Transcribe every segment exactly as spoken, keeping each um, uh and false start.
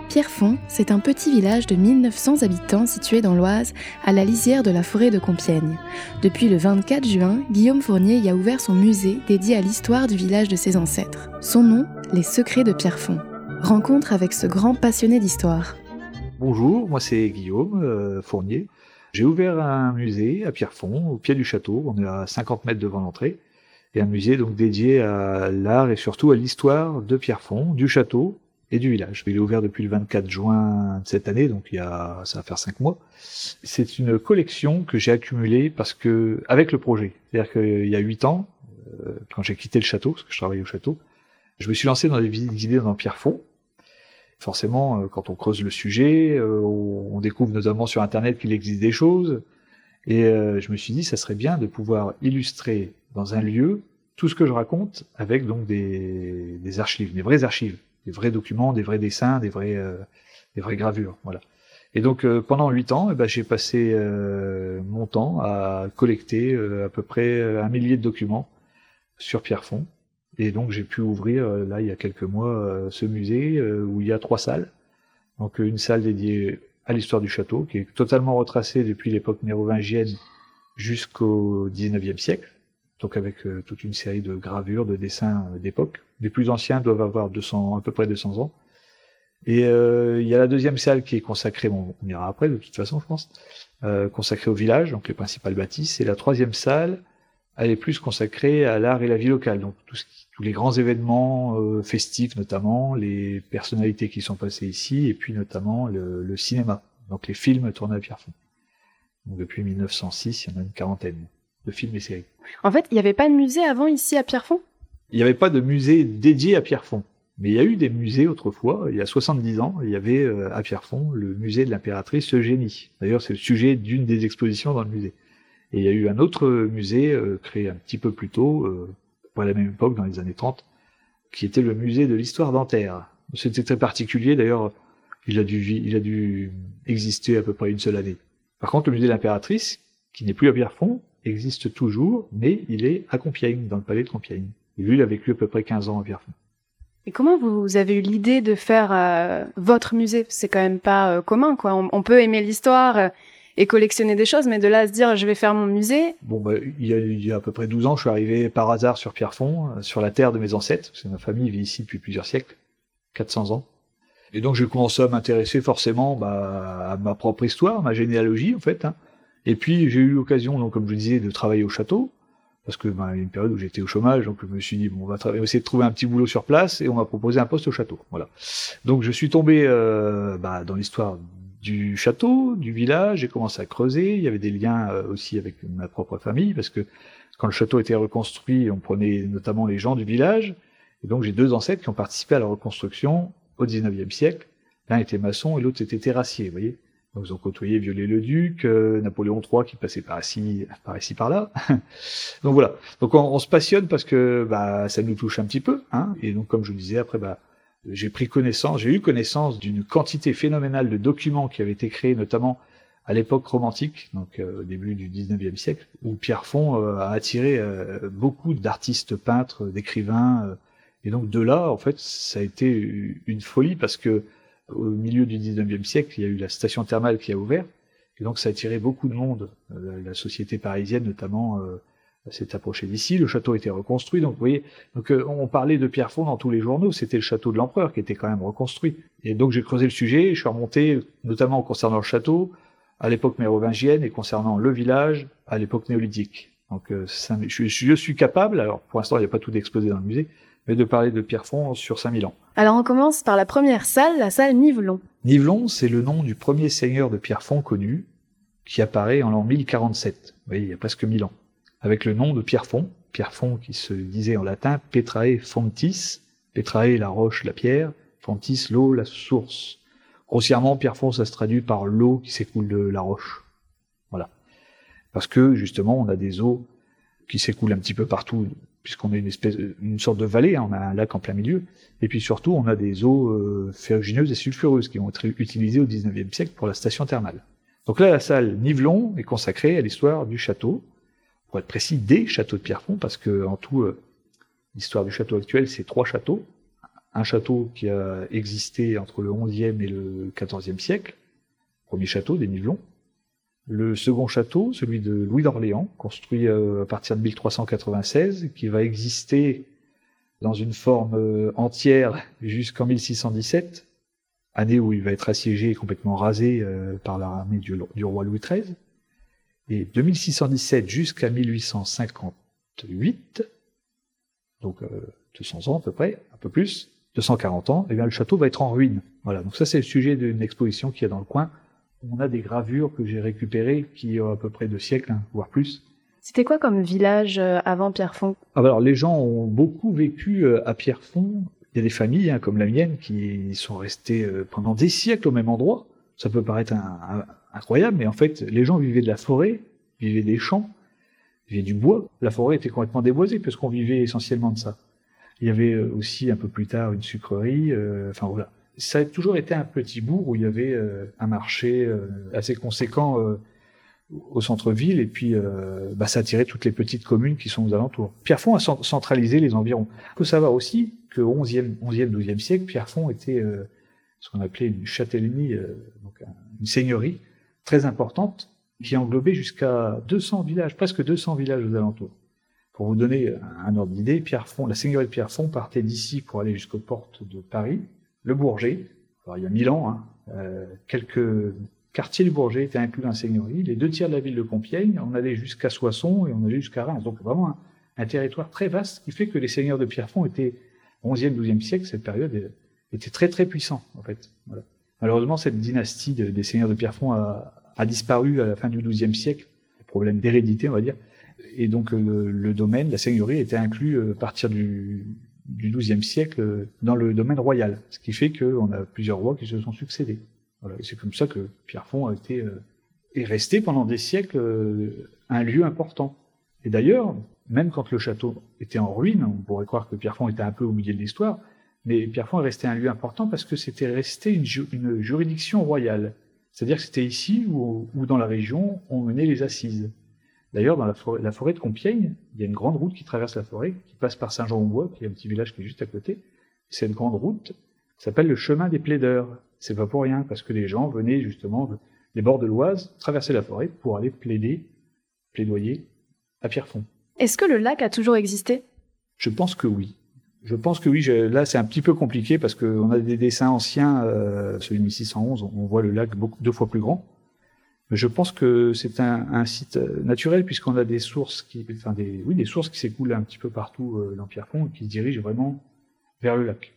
Pierrefonds, c'est un petit village de mille neuf cents habitants situé dans l'Oise, à la lisière de la forêt de Compiègne. Depuis le vingt-quatre juin, Guillaume Fournier y a ouvert son musée dédié à l'histoire du village de ses ancêtres. Son nom, Les Secrets de Pierrefonds. Rencontre avec ce grand passionné d'histoire. Bonjour, moi c'est Guillaume euh, Fournier. J'ai ouvert un musée à Pierrefonds, au pied du château, on est à cinquante mètres devant l'entrée, et un musée donc dédié à l'art et surtout à l'histoire de Pierrefonds, du château et du village. Il est ouvert depuis le vingt-quatre juin de cette année, donc il y a, ça va faire cinq mois. C'est une collection que j'ai accumulée parce que, avec le projet. C'est-à-dire qu'il y a huit ans, euh, quand j'ai quitté le château, parce que je travaillais au château, je me suis lancé dans des visites guidées dans Pierrefonds. Forcément, quand on creuse le sujet, euh, on découvre notamment sur Internet qu'il existe des choses. Et euh, je me suis dit, ça serait bien de pouvoir illustrer dans un lieu tout ce que je raconte avec donc des, des archives, des vraies archives. Des vrais documents, des vrais dessins, des vrais, euh, des vraies gravures, voilà. Et donc euh, pendant huit ans, eh ben, j'ai passé euh, mon temps à collecter euh, à peu près un millier de documents sur Pierrefonds. Et donc j'ai pu ouvrir euh, là il y a quelques mois euh, ce musée euh, où il y a trois salles. Donc une salle dédiée à l'histoire du château qui est totalement retracée depuis l'époque mérovingienne jusqu'au dix-neuvième siècle. Donc avec euh, toute une série de gravures, de dessins euh, d'époque. Les plus anciens doivent avoir deux cents, à peu près deux cents ans. Et euh, il y a la deuxième salle qui est consacrée, bon, on ira après de toute façon je pense, euh, consacrée au village, donc les principales bâtisses. Et la troisième salle, elle est plus consacrée à l'art et la vie locale, donc tout ce qui, tous les grands événements euh, festifs notamment, les personnalités qui sont passées ici, et puis notamment le, le cinéma, donc les films tournés à Pierrefonds. Donc depuis mille neuf cent six, il y en a une quarantaine de films et séries. En fait, il n'y avait pas de musée avant ici à Pierrefonds ? Il n'y avait pas de musée dédié à Pierrefonds. Mais il y a eu des musées autrefois. Il y a soixante-dix ans, il y avait euh, à Pierrefonds le musée de l'impératrice Eugénie. D'ailleurs, c'est le sujet d'une des expositions dans le musée. Et il y a eu un autre musée euh, créé un petit peu plus tôt, euh, à la même époque, dans les années trente, qui était le musée de l'histoire dentaire. C'était très particulier. D'ailleurs, il a dû, il a dû exister à peu près une seule année. Par contre, le musée de l'impératrice, qui n'est plus à Pierrefonds, existe toujours, mais il est à Compiègne, dans le palais de Compiègne. Et lui, il a vécu à peu près quinze ans à Pierrefonds. Et comment vous avez eu l'idée de faire euh, votre musée ? C'est quand même pas euh, commun, quoi. On, on peut aimer l'histoire euh, et collectionner des choses, mais de là à se dire, je vais faire mon musée... Bon, bah, il y a, il y a à peu près douze ans, je suis arrivé par hasard sur Pierrefonds, euh, sur la terre de mes ancêtres, parce que ma famille vit ici depuis plusieurs siècles, quatre cents ans. Et donc, j'ai commencé à m'intéresser forcément bah, à ma propre histoire, ma généalogie, en fait, hein. Et puis, j'ai eu l'occasion, donc, comme je disais, de travailler au château, parce que ben, il y a une période où j'étais au chômage, donc je me suis dit bon, on va tra- essayer de trouver un petit boulot sur place, et on m'a proposé un poste au château. Voilà. Donc je suis tombé euh, bah, dans l'histoire du château, du village, j'ai commencé à creuser. Il y avait des liens euh, aussi avec ma propre famille, parce que quand le château était reconstruit, on prenait notamment les gens du village, et donc j'ai deux ancêtres qui ont participé à la reconstruction au dix-neuvième siècle. L'un était maçon et l'autre était terrassier, vous voyez. Donc ils ont côtoyé Viollet-le-Duc, euh, Napoléon trois qui passait par ici, par ici, par là. Donc voilà. Donc on, on se passionne parce que bah ça nous touche un petit peu, hein. Et donc comme je vous disais, après bah j'ai pris connaissance, j'ai eu connaissance d'une quantité phénoménale de documents qui avaient été créés, notamment à l'époque romantique, donc euh, au début du dix-neuvième siècle, où Pierrefonds euh, a attiré euh, beaucoup d'artistes peintres, d'écrivains, euh, et donc de là en fait ça a été une folie parce que au milieu du dix-neuvième siècle, il y a eu la station thermale qui a ouvert, et donc ça a attiré beaucoup de monde. Euh, la société parisienne, notamment, euh, s'est approchée d'ici. Le château a été reconstruit, donc vous voyez, donc euh, on parlait de Pierrefonds dans tous les journaux. C'était le château de l'empereur qui était quand même reconstruit. Et donc j'ai creusé le sujet, je suis remonté, notamment concernant le château, à l'époque mérovingienne, et concernant le village, à l'époque néolithique. Donc euh, ça, je, je suis capable, alors pour l'instant il n'y a pas tout exposé dans le musée, mais de parler de Pierrefonds sur cinq mille ans. Alors on commence par la première salle, la salle Nivelon. Nivelon, c'est le nom du premier seigneur de Pierrefonds connu, qui apparaît en l'an mille quarante-sept, vous voyez, il y a presque mille ans, avec le nom de Pierrefonds, Pierrefonds qui se disait en latin Petrae Fontis, Petrae la roche, la pierre, Fontis l'eau, la source. Grossièrement, Pierrefonds, ça se traduit par l'eau qui s'écoule de la roche. Voilà. Parce que, justement, on a des eaux qui s'écoulent un petit peu partout, puisqu'on est une espèce, une sorte de vallée, hein, on a un lac en plein milieu, et puis surtout on a des eaux euh, ferrugineuses et sulfureuses qui vont être utilisées au dix-neuvième siècle pour la station thermale. Donc là, la salle Nivelon est consacrée à l'histoire du château, pour être précis, des châteaux de Pierrefonds, parce que en tout, euh, l'histoire du château actuel, c'est trois châteaux, un château qui a existé entre le onzième et le quatorzième siècle, premier château des Nivelons. Le second château, celui de Louis d'Orléans, construit à partir de mille trois cent quatre-vingt-seize, qui va exister dans une forme entière jusqu'en mille six cent dix-sept, année où il va être assiégé et complètement rasé par l'armée du, du roi Louis treize. Et de mille six cent dix-sept jusqu'à mille huit cent cinquante-huit, donc euh, deux cents ans à peu près, un peu plus, deux cent quarante ans, et bien le château va être en ruine. Voilà, donc ça c'est le sujet d'une exposition qu'il y a dans le coin. On a des gravures que j'ai récupérées qui ont à peu près deux siècles, hein, voire plus. C'était quoi comme village avant Pierrefonds? Ah bah alors les gens ont beaucoup vécu à Pierrefonds. Il y a des familles, hein, comme la mienne, qui sont restées pendant des siècles au même endroit. Ça peut paraître un, un, incroyable, mais en fait, les gens vivaient de la forêt, vivaient des champs, vivaient du bois. La forêt était complètement déboisée, puisqu'on vivait essentiellement de ça. Il y avait aussi, un peu plus tard, une sucrerie, euh, enfin voilà. Ça a toujours été un petit bourg où il y avait euh, un marché euh, assez conséquent euh, au centre-ville, et puis euh, bah, ça attirait toutes les petites communes qui sont aux alentours. Pierrefonds a centralisé les environs. Il faut savoir aussi qu'au onzième, douzième siècle, Pierrefonds était euh, ce qu'on appelait une châtellenie, euh, donc une seigneurie très importante, qui englobait jusqu'à deux cents villages, presque deux cents villages aux alentours. Pour vous donner un ordre d'idée, Pierrefonds, la seigneurie de Pierrefonds partait d'ici pour aller jusqu'aux portes de Paris. Le Bourget, alors il y a mille ans, hein, euh, quelques quartiers du Bourget étaient inclus dans la seigneurie. Les deux tiers de la ville de Compiègne, on allait jusqu'à Soissons et on allait jusqu'à Reims. Donc vraiment un, un territoire très vaste qui fait que les seigneurs de Pierrefonds étaient, onzième, douzième siècle, cette période était très très puissant en fait. Voilà. Malheureusement, cette dynastie de, des seigneurs de Pierrefonds a, a disparu à la fin du douzième siècle, problème d'hérédité on va dire. Et donc le, le domaine, la seigneurie était inclus à partir du du douzième siècle dans le domaine royal, ce qui fait qu'on a plusieurs rois qui se sont succédés. Voilà, et c'est comme ça que Pierrefonds a été euh, est resté pendant des siècles euh, un lieu important. Et d'ailleurs, même quand le château était en ruine, on pourrait croire que Pierrefonds était un peu oublié de l'histoire, mais Pierrefonds est resté un lieu important parce que c'était resté une, ju une juridiction royale. C'est-à-dire que c'était ici où, où dans la région on menait les assises. D'ailleurs, dans la forêt, la forêt de Compiègne, il y a une grande route qui traverse la forêt, qui passe par Saint-Jean-au-Bois, qui est un petit village qui est juste à côté. Cette grande route s'appelle le chemin des plaideurs. C'est pas pour rien, parce que les gens venaient justement des bords de l'Oise, traverser la forêt pour aller plaider, plaidoyer à Pierrefonds. Est-ce que le lac a toujours existé? Je pense que oui. Je pense que oui. Je, là, c'est un petit peu compliqué parce qu'on a des dessins anciens, euh, celui de mille six cent onze, on voit le lac beaucoup, deux fois plus grand. Mais je pense que c'est un, un site naturel puisqu'on a des sources qui, enfin des, oui, des sources qui s'écoulent un petit peu partout euh, dans Pierrefonds et qui se dirigent vraiment vers le lac.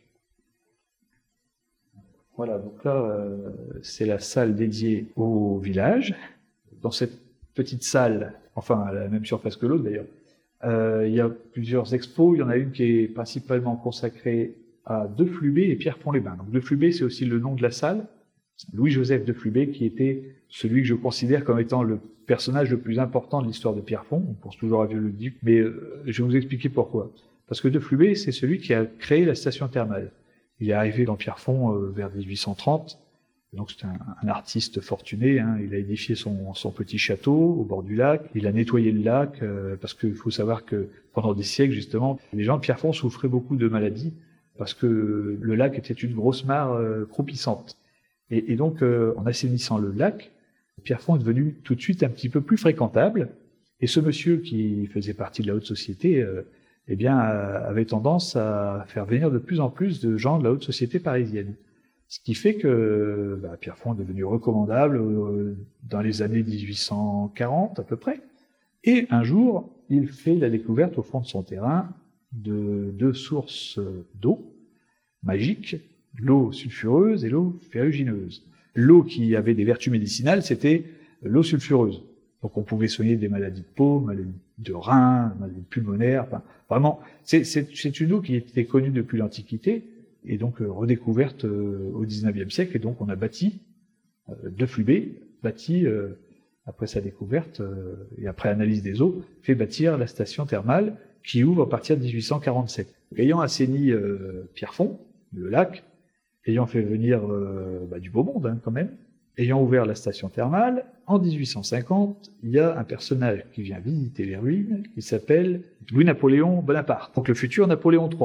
Voilà, donc là, euh, c'est la salle dédiée au village. Dans cette petite salle, enfin à la même surface que l'autre d'ailleurs, euh, il y a plusieurs expos. Il y en a une qui est principalement consacrée à De Flubé et Pierrefonds-les-Bains. Donc De Flubé, c'est aussi le nom de la salle. Louis-Joseph de Flubé, qui était celui que je considère comme étant le personnage le plus important de l'histoire de Pierrefonds. On pense toujours à Viollet-le-Duc, mais euh, je vais vous expliquer pourquoi. Parce que de Flubé, c'est celui qui a créé la station thermale. Il est arrivé dans Pierrefonds euh, vers dix-huit cent trente, donc c'est un, un artiste fortuné, hein. Il a édifié son, son petit château au bord du lac, il a nettoyé le lac, euh, parce qu'il faut savoir que pendant des siècles, justement, les gens de Pierrefonds souffraient beaucoup de maladies, parce que le lac était une grosse mare euh, croupissante. Et, et donc, euh, en assainissant le lac, Pierrefonds est devenu tout de suite un petit peu plus fréquentable. Et ce monsieur qui faisait partie de la haute société, euh, eh bien, euh, avait tendance à faire venir de plus en plus de gens de la haute société parisienne. Ce qui fait que bah, Pierrefonds est devenu recommandable euh, dans les années dix-huit cent quarante à peu près. Et un jour, il fait la découverte au fond de son terrain de deux sources d'eau magiques, l'eau sulfureuse et l'eau ferrugineuse. L'eau qui avait des vertus médicinales, c'était l'eau sulfureuse. Donc on pouvait soigner des maladies de peau, maladies de reins, maladies pulmonaires. Enfin, vraiment, c'est, c'est, c'est une eau qui était connue depuis l'Antiquité et donc euh, redécouverte euh, au dix-neuvième siècle. Et donc on a bâti, euh, de Flubé, bâti, euh, après sa découverte euh, et après analyse des eaux, fait bâtir la station thermale qui ouvre à partir de dix-huit cent quarante-sept. Donc, ayant assaini euh, Pierrefonds, le lac, ayant fait venir euh, bah, du beau monde hein, quand même, ayant ouvert la station thermale, en dix-huit cent cinquante, il y a un personnage qui vient visiter les ruines, qui s'appelle Louis-Napoléon Bonaparte, donc le futur Napoléon trois,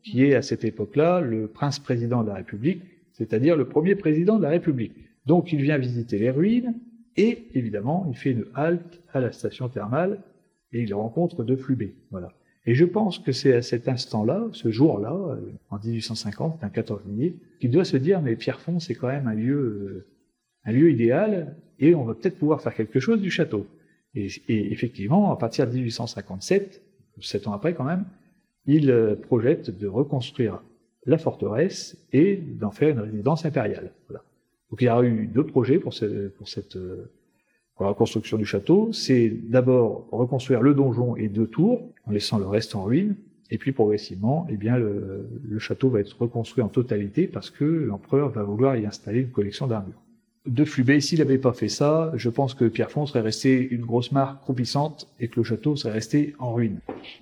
qui est à cette époque-là le prince-président de la République, c'est-à-dire le premier président de la République. Donc il vient visiter les ruines, et évidemment, il fait une halte à la station thermale, et il rencontre De Flubé. Voilà. Et je pense que c'est à cet instant-là, ce jour-là, en dix-huit cent cinquante, un quatorze juillet, qu'il doit se dire, mais Pierrefonds, c'est quand même un lieu, un lieu idéal, et on va peut-être pouvoir faire quelque chose du château. Et, et effectivement, à partir de dix-huit cent cinquante-sept, sept ans après quand même, il projette de reconstruire la forteresse et d'en faire une résidence impériale. Voilà. Donc il y a eu deux projets pour, ce, pour cette pour la reconstruction du château. C'est d'abord reconstruire le donjon et deux tours, en laissant le reste en ruine, et puis progressivement, eh bien le, le château va être reconstruit en totalité parce que l'empereur va vouloir y installer une collection d'armures. De Flubé, s'il n'avait pas fait ça, je pense que Pierrefonds serait resté une grosse marque croupissante et que le château serait resté en ruine.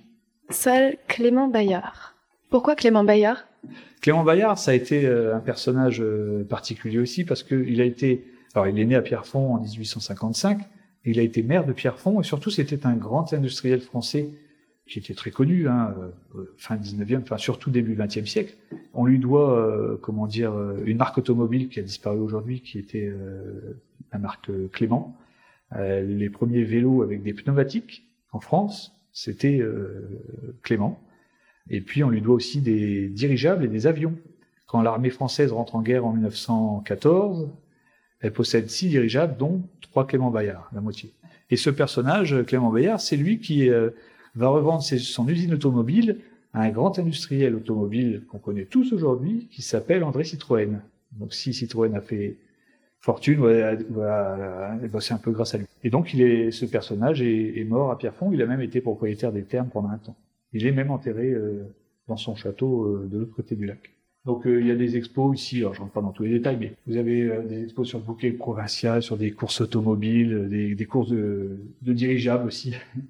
Seul Clément Bayard. Pourquoi Clément Bayard ? Clément Bayard, ça a été un personnage particulier aussi parce qu'il a été, alors il est né à Pierrefonds en dix-huit cent cinquante-cinq, il a été maire de Pierrefonds et surtout c'était un grand industriel français qui était très connu, hein, fin dix-neuvième, enfin surtout début vingtième siècle. On lui doit, euh, comment dire, une marque automobile qui a disparu aujourd'hui, qui était euh, la marque Clément. Euh, les premiers vélos avec des pneumatiques en France, c'était euh, Clément. Et puis on lui doit aussi des dirigeables et des avions. Quand l'armée française rentre en guerre en mille neuf cent quatorze, elle possède six dirigeables, dont trois Clément Bayard, la moitié. Et ce personnage, Clément Bayard, c'est lui qui euh, va revendre ses, son usine automobile à un grand industriel automobile qu'on connaît tous aujourd'hui, qui s'appelle André Citroën. Donc si Citroën a fait fortune, voilà, voilà, c'est un peu grâce à lui. Et donc il est, ce personnage est, est mort à Pierrefonds, il a même été propriétaire des thermes pendant un temps. Il est même enterré euh, dans son château euh, de l'autre côté du lac. Donc euh, il y a des expos ici, alors je rentre pas dans tous les détails, mais vous avez euh, des expos sur le bouquet provincial, sur des courses automobiles, des, des courses de, de dirigeables aussi.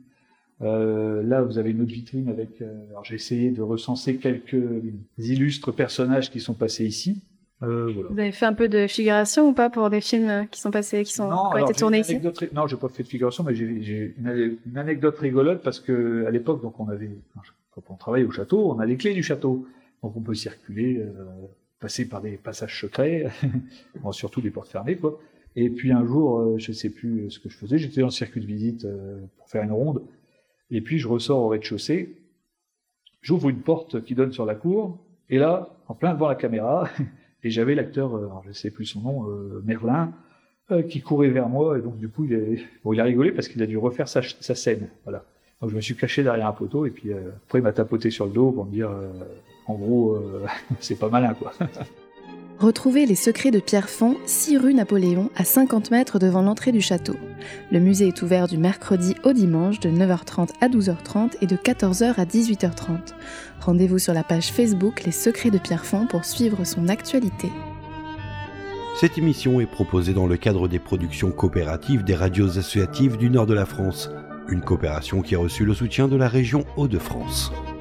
Euh, là, vous avez une autre vitrine avec. Euh, alors, j'ai essayé de recenser quelques illustres personnages qui sont passés ici. Euh, voilà. Vous avez fait un peu de figuration ou pas pour des films qui sont passés, qui sont non, qui ont alors, été tournés ici? Non, j'ai pas fait de figuration, mais j'ai, j'ai une, une anecdote rigolote parce que à l'époque, donc on avait, quand on travaillait au château, on a les clés du château, donc on peut circuler, euh, passer par des passages secrets, bon, surtout des portes fermées, quoi. Et puis un jour, euh, je sais plus ce que je faisais, j'étais dans le circuit de visite euh, pour faire une ronde. Et puis je ressors au rez-de-chaussée, j'ouvre une porte qui donne sur la cour, et là, en plein devant la caméra, et j'avais l'acteur, alors je ne sais plus son nom, euh, Merlin, euh, qui courait vers moi, et donc du coup, il a, bon, il a rigolé parce qu'il a dû refaire sa, sa scène, voilà. Donc je me suis caché derrière un poteau, et puis euh, après il m'a tapoté sur le dos pour me dire, euh, en gros, euh, c'est pas malin, quoi. Retrouvez les secrets de Pierrefonds, six rue Napoléon, à cinquante mètres devant l'entrée du château. Le musée est ouvert du mercredi au dimanche de neuf heures trente à douze heures trente et de quatorze heures à dix-huit heures trente. Rendez-vous sur la page Facebook Les Secrets de Pierrefonds pour suivre son actualité. Cette émission est proposée dans le cadre des productions coopératives des radios associatives du nord de la France, une coopération qui a reçu le soutien de la région Hauts-de-France.